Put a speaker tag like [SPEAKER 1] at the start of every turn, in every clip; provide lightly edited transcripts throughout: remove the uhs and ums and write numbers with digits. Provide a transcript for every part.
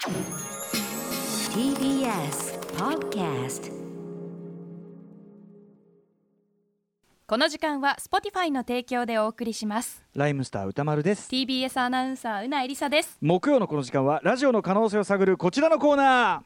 [SPEAKER 1] TBS Podcast。
[SPEAKER 2] この時間は Spotify の提供でお送りします。
[SPEAKER 3] ライムスター歌丸です。
[SPEAKER 2] TBS アナウンサーうなえりさです。
[SPEAKER 3] 木曜のこの時間はラジオの可能性を探るこちらのコーナ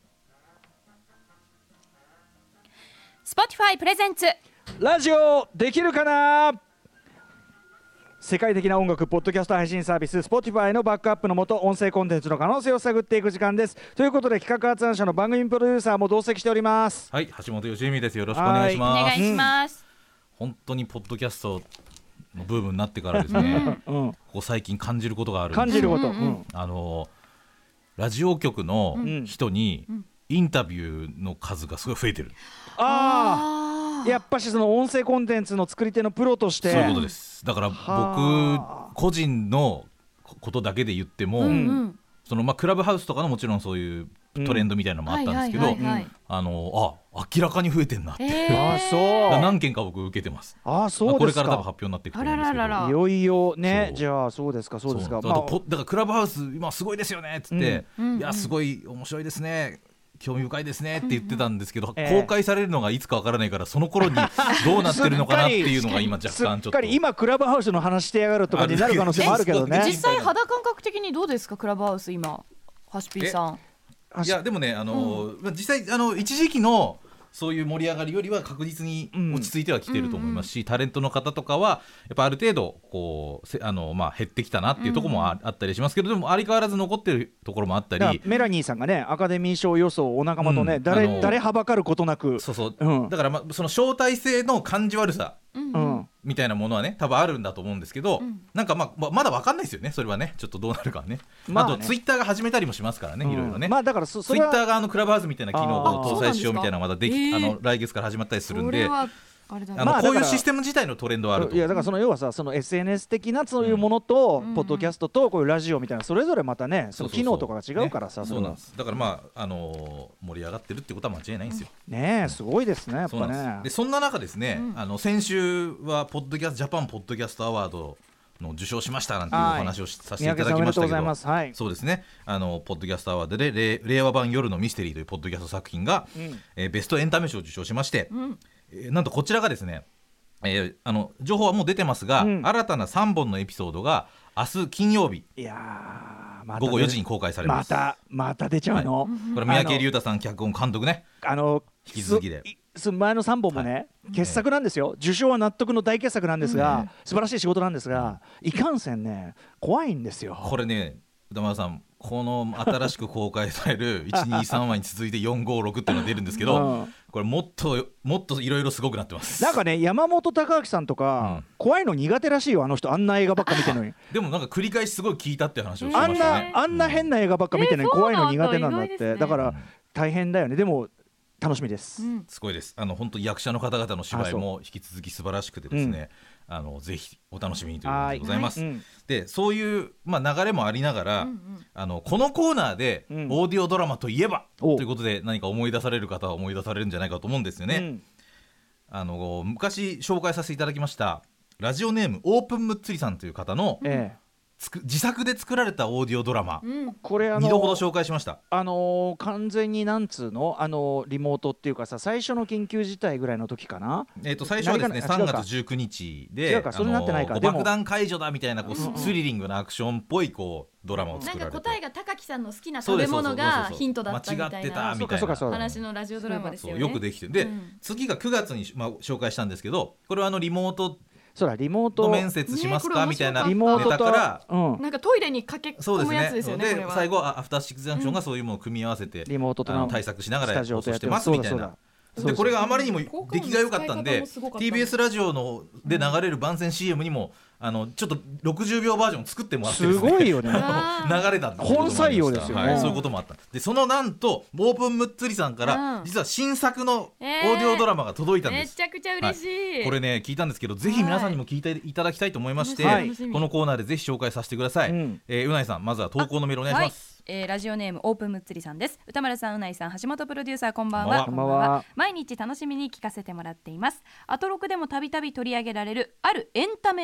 [SPEAKER 2] ー Spotify プレゼンツ
[SPEAKER 3] ラジオできるかな。世界的な音楽ポッドキャスト配信サービス Spotify のバックアップのもと音声コンテンツの可能性を探っていく時間です。ということで企画発案者の番組プロデューサーも同席しております。
[SPEAKER 4] はい、橋本良美です。よろしくお願いします。
[SPEAKER 2] お願いします、
[SPEAKER 4] 本当にポッドキャストのブームになってからですね、ここ最近感じることがあるんです。
[SPEAKER 3] 感じること、
[SPEAKER 4] ラジオ局の人にインタビューの数がすごい増えてる。
[SPEAKER 3] やっぱしその音声コンテンツの作り手のプロとして
[SPEAKER 4] そういうことです。だから僕個人のことだけで言っても、そのクラブハウスとかのもちろんそういうトレンドみたいなのもあったんですけど、明らかに増えてんなって、
[SPEAKER 3] そう
[SPEAKER 4] 何件か僕受けてます。
[SPEAKER 3] そうですか。
[SPEAKER 4] これから多分発表になっていくと思うんですけど、
[SPEAKER 3] いよいよね。じゃあそうですか。だ
[SPEAKER 4] からクラブハウス今すごいですよねっつって、いやすごい面白いですね、興味深いですねって言ってたんですけど、公開されるのがいつかわからないから、その頃にどうなってるのかなっていうのが今若干ちょっと
[SPEAKER 3] すっかり今クラブハウスの話してやがるとかになる可能性もあるけどね。
[SPEAKER 2] 実際肌感覚的にどうですか、クラブハウス今。ハシピーさん。
[SPEAKER 4] いやでもね、実際一時期のそういう盛り上がりよりは確実に落ち着いてはきてると思いますし、タレントの方とかはやっぱある程度こう減ってきたなっていうところもあったりしますけど、でも相変わらず残ってるところもあったり、
[SPEAKER 3] メラニーさんがねアカデミー賞予想をお仲間とね、誰はばかることなく、
[SPEAKER 4] だからその招待制の感じ悪さみたいなものはね多分あるんだと思うんですけど、なんかまだ分かんないですよね、それはね。ちょっとどうなるかはね。あとツイッターが始めたりもしますからね、いろいろね。
[SPEAKER 3] だから
[SPEAKER 4] ツイッターがクラブハウスみたいな機能を搭載しようみたいなのがまだ来月から始まったりするんで、こういうシステム自体のトレンドはあると。
[SPEAKER 3] いやだからその要はさ、その SNS 的なそういうものと、ポッドキャストとこういうラジオみたいなそれぞれまたね、その機能とかが違うからさ。
[SPEAKER 4] そうなんです。だから盛り上がってるってことは間違いないんですよ。
[SPEAKER 3] ね、すごいですね、やっぱね。
[SPEAKER 4] でそんな中ですね、先週はポッドキャストジャパンポッドキャストアワードの受賞しましたなんていうお話をさせていただきましたけど、そうですね、ポッドキャストアワードで令和版夜のミステリーというポッドキャスト作品が、ベストエンタメ賞を受賞しまして、なんとこちらがですね、情報はもう出てますが、新たな3本のエピソードが明日金曜日午後4時に公開されます。
[SPEAKER 3] また出ちゃうの、
[SPEAKER 4] これ三宅龍太さん脚本監督ね、引き続きで
[SPEAKER 3] 前の3本もね、傑作なんですよ。受賞は納得の大傑作なんですが、素晴らしい仕事なんですが、いかんせんね怖いんですよ。
[SPEAKER 4] これね、歌丸さん、この新しく公開される123話に続いて456っていうのが出るんですけど、これもっといろいろすごくなってます。
[SPEAKER 3] なんかね、山本隆明さんとか、怖いの苦手らしいよ、あの人。あんな映画ばっか見てるのに
[SPEAKER 4] でもなんか繰り返しすごい聞いたって話をしましたね。
[SPEAKER 3] あんな変な映画ばっか見てるのに怖いの苦手なんだって。だから大変だよね。でも楽しみです、
[SPEAKER 4] すごいです。本当役者の方々の芝居も引き続き素晴らしくてですね、ぜひお楽しみにということでございます。でそういう流れもありながら、このコーナーでオーディオドラマといえばということで何か思い出される方は思い出されるんじゃないかと思うんですよね。昔紹介させていただきましたラジオネームオープンムッツリさんという方の、自作で作られたオーディオドラマ、これ2度ほど紹介しました。
[SPEAKER 3] 完全になんつうのリモートっていうかさ、最初の緊急事態ぐらいの時かな。
[SPEAKER 4] 最初はですね3月19日で爆弾解除だみたいなスリリングなアクションっぽいドラマを作られて、
[SPEAKER 2] なんか答えが高木さんの好きな食べ物がヒントだったみたいな、
[SPEAKER 4] 間違ってたみたいな
[SPEAKER 2] 話のラジオドラマですよね。
[SPEAKER 4] よくできてる。で、次が9月に紹介したんですけど、これはリモート面接しますかみたいなネタから、
[SPEAKER 2] なんかトイレに駆け込むやつですよね。
[SPEAKER 4] で最後アフターシックスジャンクションがそういうものを組み合わせて
[SPEAKER 3] リモートと
[SPEAKER 4] 対策しながら放送してますみたいな。でこれがあまりにも出来が良かったんで TBS ラジオで流れる番宣 CM にもちょっと60秒バージョン作ってもらってですね、
[SPEAKER 3] すごいよね
[SPEAKER 4] 流れたんです。
[SPEAKER 3] 本採用ですよね、
[SPEAKER 4] そういうこともあった。でなんとオープンムッツリさんから実は新作のオーディオドラマが届いたんです。
[SPEAKER 2] めちゃくちゃ嬉しい、
[SPEAKER 4] これね聞いたんですけど、ぜひ皆さんにも聞いていただきたいと思いまして、このコーナーでぜひ紹介させてください。うないさん、まずは投稿のメールお願いします。
[SPEAKER 2] ラジオネームオープンムッツリさんです。歌丸さん、うないさん、橋本プロデューサー、こんばんは。
[SPEAKER 3] こんばんは。
[SPEAKER 2] 毎日楽しみに聞かせてもらっています。アトロクでもたびたび取り上げられるあるエンタメネタで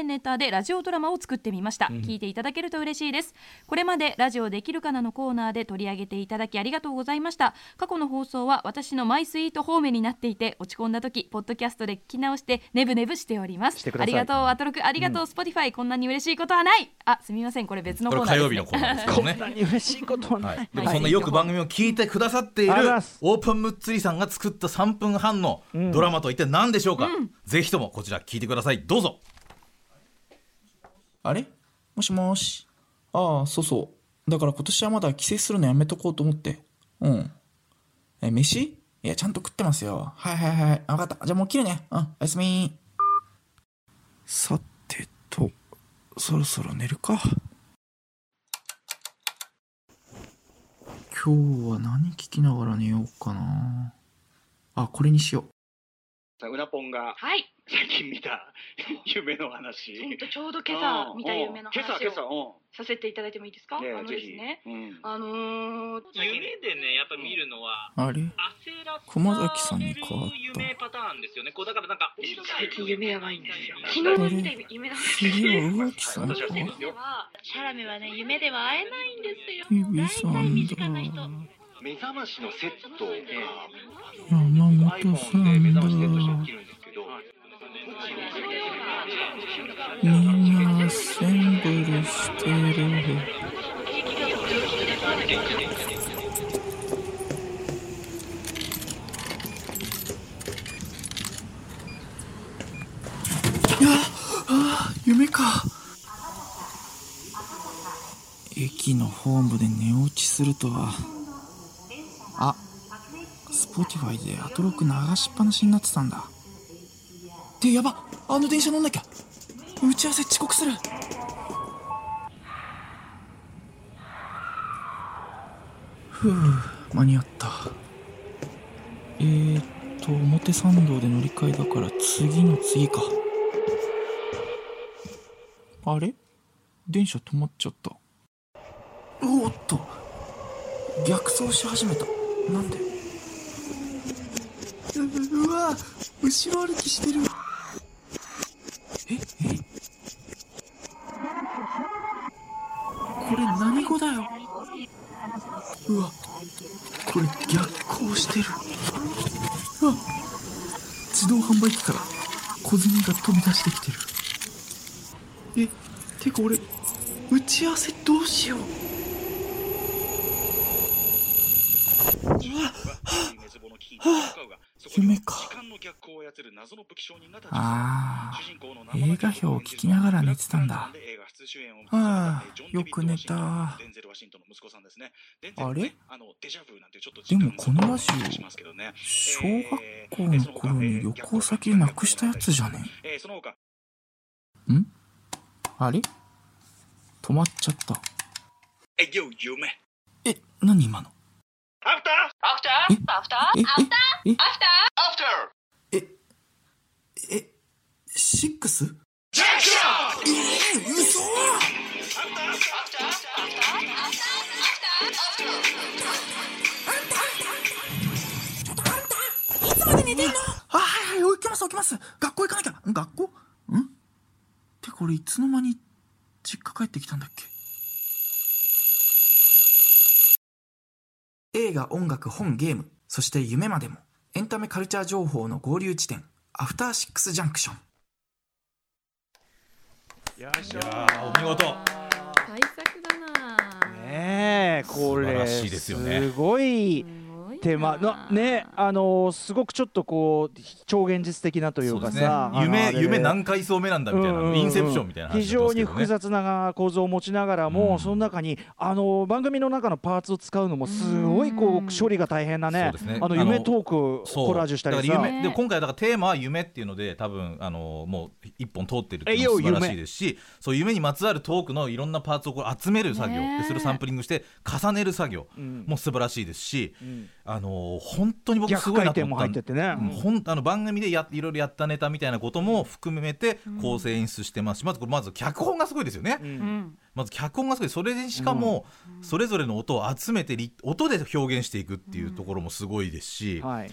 [SPEAKER 2] でラジオドラマを作ってみました。聞いていただけると嬉しいです。これまでラジオできるかなのコーナーで取り上げていただきありがとうございました。過去の放送は私のマイスイートホームになっていて、落ち込んだ時ポッドキャストで聞き直してネブネブしております。ありがとうアトロク、ありがとうスポティファイ、こんなに嬉しいことはない。あ、すみません、これ別のコーナーですね。
[SPEAKER 4] これ火曜日のコーナーですけどね。
[SPEAKER 3] こんなに嬉しいことはない、
[SPEAKER 4] でもそんなよく番組を聞いてくださっているオープンムッツリさんが作った3分半のドラマと一体何でしょうか。ぜひともこちら聞いてください。どうぞ。
[SPEAKER 5] あれ、もしもし。ああ、そうそう。だから今年はまだ帰省するのやめとこうと思って。飯？いや、ちゃんと食ってますよ。はい。分かった。じゃあもう切るね。おやすみ。さてと、そろそろ寝るか。今日は何聞きながら寝ようかな。あ、これにしよう。
[SPEAKER 6] うなぽんが最近見た夢の話、
[SPEAKER 7] ちょうど今朝見た夢の話をさせていただいてもいいですか。
[SPEAKER 6] ぜ
[SPEAKER 7] ですね、
[SPEAKER 6] 夢
[SPEAKER 8] でね、やっぱ見るのは
[SPEAKER 5] あれ、熊崎さんに変わった。
[SPEAKER 8] 夢パターンですよね。こうだからなんか
[SPEAKER 7] 最近夢やばいんですよ。昨日見た夢の話。
[SPEAKER 5] 次は植木さんか。
[SPEAKER 7] シャラメはね、夢では会えないんですよ。
[SPEAKER 5] 日比さんだ。
[SPEAKER 6] 目覚ましのセットが
[SPEAKER 5] 山本さんだ。
[SPEAKER 6] 目覚ましセットして起きるんですけど、
[SPEAKER 5] みんなアッセンブルしてる。夢か。駅のホームで寝落ちするとは。あ、スポティファイでアトロク流しっぱなしになってたんだ。で、やば、あの電車乗んなきゃ。打ち合わせ遅刻する。ふう、間に合った。表参道で乗り換えだから次の次か。あれ、電車止まっちゃった。おっと、逆走し始めた。なんで。うわ、後ろ歩きしてる。これ何語だよ。うわ、これ逆行してる。うわ、自動販売機から小銭が飛び出してきてる。てか俺打ち合わせどうしよう。夢か。映画表を聞きながら寝てたんだ。よく寝た。あれ、でもこのラジオ小学校の頃に旅行先でなくしたやつじゃねえ。ん？あれ？止まっちゃった。何今の。
[SPEAKER 6] アフター
[SPEAKER 5] シックス？
[SPEAKER 6] ジャンクション。
[SPEAKER 5] 嘘。いつまで寝てんの？はい、起きます。学校行かなきゃ。学校？てか俺いつの間に実家帰ってきたんだっけ。映画、音楽、本、ゲーム、そして夢までもエンタメカルチャー情報の合流地点、アフターシックスジャンクション。
[SPEAKER 4] いやお見事。
[SPEAKER 2] 大作だな。
[SPEAKER 3] ねえ、これ
[SPEAKER 4] 素晴らしいですよね。
[SPEAKER 3] すごいテーマね、すごくちょっとこう超現実的なというかさ、
[SPEAKER 4] 夢何回層目なんだみたいな、インセプションみたいな話、
[SPEAKER 3] 非常に複雑な構造を持ちながらも、その中に番組の中のパーツを使うのもすごいこう処理が大変なね、夢トークコラージュしたりさ。
[SPEAKER 4] で今回だからテーマは夢っていうので多分もう一本通ってるっていうのも素晴らしいですし、そういう夢にまつわるトークのいろんなパーツをこう集める作業で、それをサンプリングして重ねる作業も素晴らしいですし、本当に僕すごいなと思った。番組でいろいろやったネタみたいなことも含めて構成演出してますし、まず脚本がすごいですよね。まず脚本がすごい。それでしかもそれぞれの音を集めて音で表現していくっていうところもすごいですし、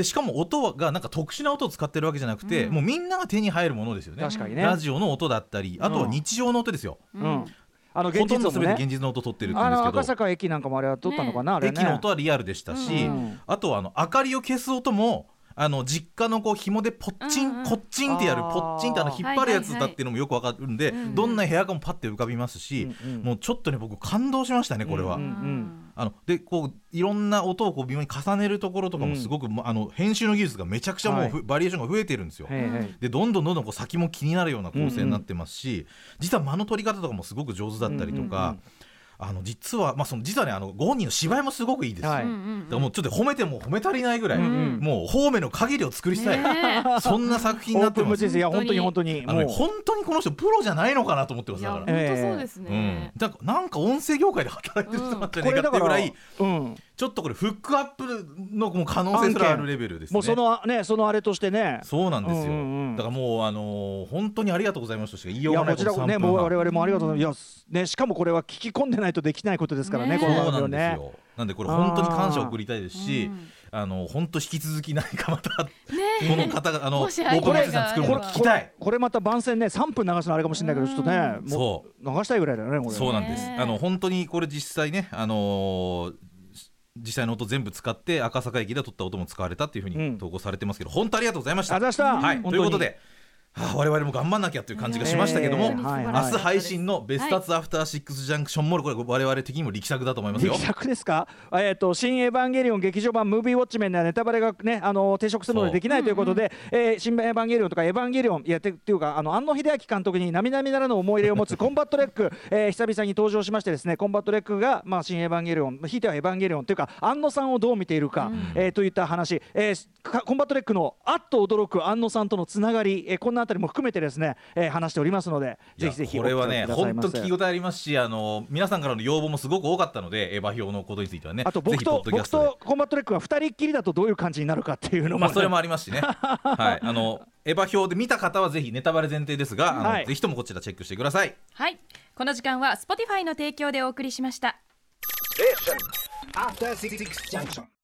[SPEAKER 4] でしかも音がなんか特殊な音を使ってるわけじゃなくて、もうみんなが手に入るものですよね。
[SPEAKER 3] 確かにね。
[SPEAKER 4] ラジオの音だったり、あとは日常の音ですよ。ほとんど全て現実の音取ってるって言うんですけど、
[SPEAKER 3] 赤坂駅なんかもあれは撮ったのかな、あれね。
[SPEAKER 4] 駅の音はリアルでしたし、あとは明かりを消す音も実家のこう紐でポッチン、コッチンってやるポッチンって引っ張るやつだっていうのもよくわかるんで、どんな部屋かもパッて浮かびますし、もうちょっとね僕感動しましたねこれは。でこういろんな音をこう微妙に重ねるところとかもすごく、編集の技術がめちゃくちゃもうバリエーションが増えてるんですよ。でどんどんこう先も気になるような構成になってますし、実は間の取り方とかもすごく上手だったりとか。実は実はねご本人の芝居もすごくいいです、だからもうちょっと褒めても褒め足りないぐらい、もう方面の限りを作りしたい、そんな作品になってます。
[SPEAKER 3] いや本当に本当に
[SPEAKER 4] 本当にこの人プロじゃないのかなと思ってます。だから
[SPEAKER 2] 本当そうですね、
[SPEAKER 4] だからなんか音声業界で働いてる人なんじゃないかっていうぐらい、ちょっとこれフックアップの可能性すらあるレベルですね。
[SPEAKER 3] もうそのあれとしてね。
[SPEAKER 4] そうなんですよ、だからもう本当にありがとうございましたしか言いようがない。
[SPEAKER 3] こちらね、もう我々もありがとうございます。いやね、しかもこれは聞き込んでないとできないことですからね。
[SPEAKER 4] そうなんですよ。なんでこれ本当に感謝を送りたいですし、本当引き続き何かまたこの方がオープンマジさん作るもの聞きたい。
[SPEAKER 3] これまた番宣ね3分流すのあれかもしれないけど、ちょっとねもう流したいぐらいだよねこれ。
[SPEAKER 4] そうなんです。本当にこれ実際ね実際の音全部使って赤坂駅で撮った音も使われたっていうふうに投稿されてますけど、本当ありがとうございました。はい、ということで我々も頑張んなきゃという感じがしましたけども、明日配信のベスタツアフターシックスジャンクションもこれ我々的にも力作だと思いますよ。
[SPEAKER 3] 力作ですか。新エヴァンゲリオン劇場版ムービーウォッチメンではネタバレがね抵触するのでできないということで、新エヴァンゲリオンとかエヴァンゲリオンっていうか庵野秀明監督に並々ならぬ思い入れを持つコンバットレック、久々に登場しましてですね、コンバットレックが新エヴァンゲリオンひいてはエヴァンゲリオンというか庵野さんをどう見ているか、といった話、コンバットレックのあっと驚く庵野さんとのつながり、こんなあたりも含めてですね話しておりますので、ぜひぜひ
[SPEAKER 4] これはね本当聞き応えありますし、皆さんからの要望もすごく多かったのでエヴァ表のことについてはね、
[SPEAKER 3] あと僕とコンバットレックが2人っきりだとどういう感じになるかっていうのも、
[SPEAKER 4] それもありますしねはい、エヴァ表で見た方はぜひネタバレ前提ですがぜひともこちらチェックしてください。
[SPEAKER 2] はい、この時間は Spotify の提供でお送りしました。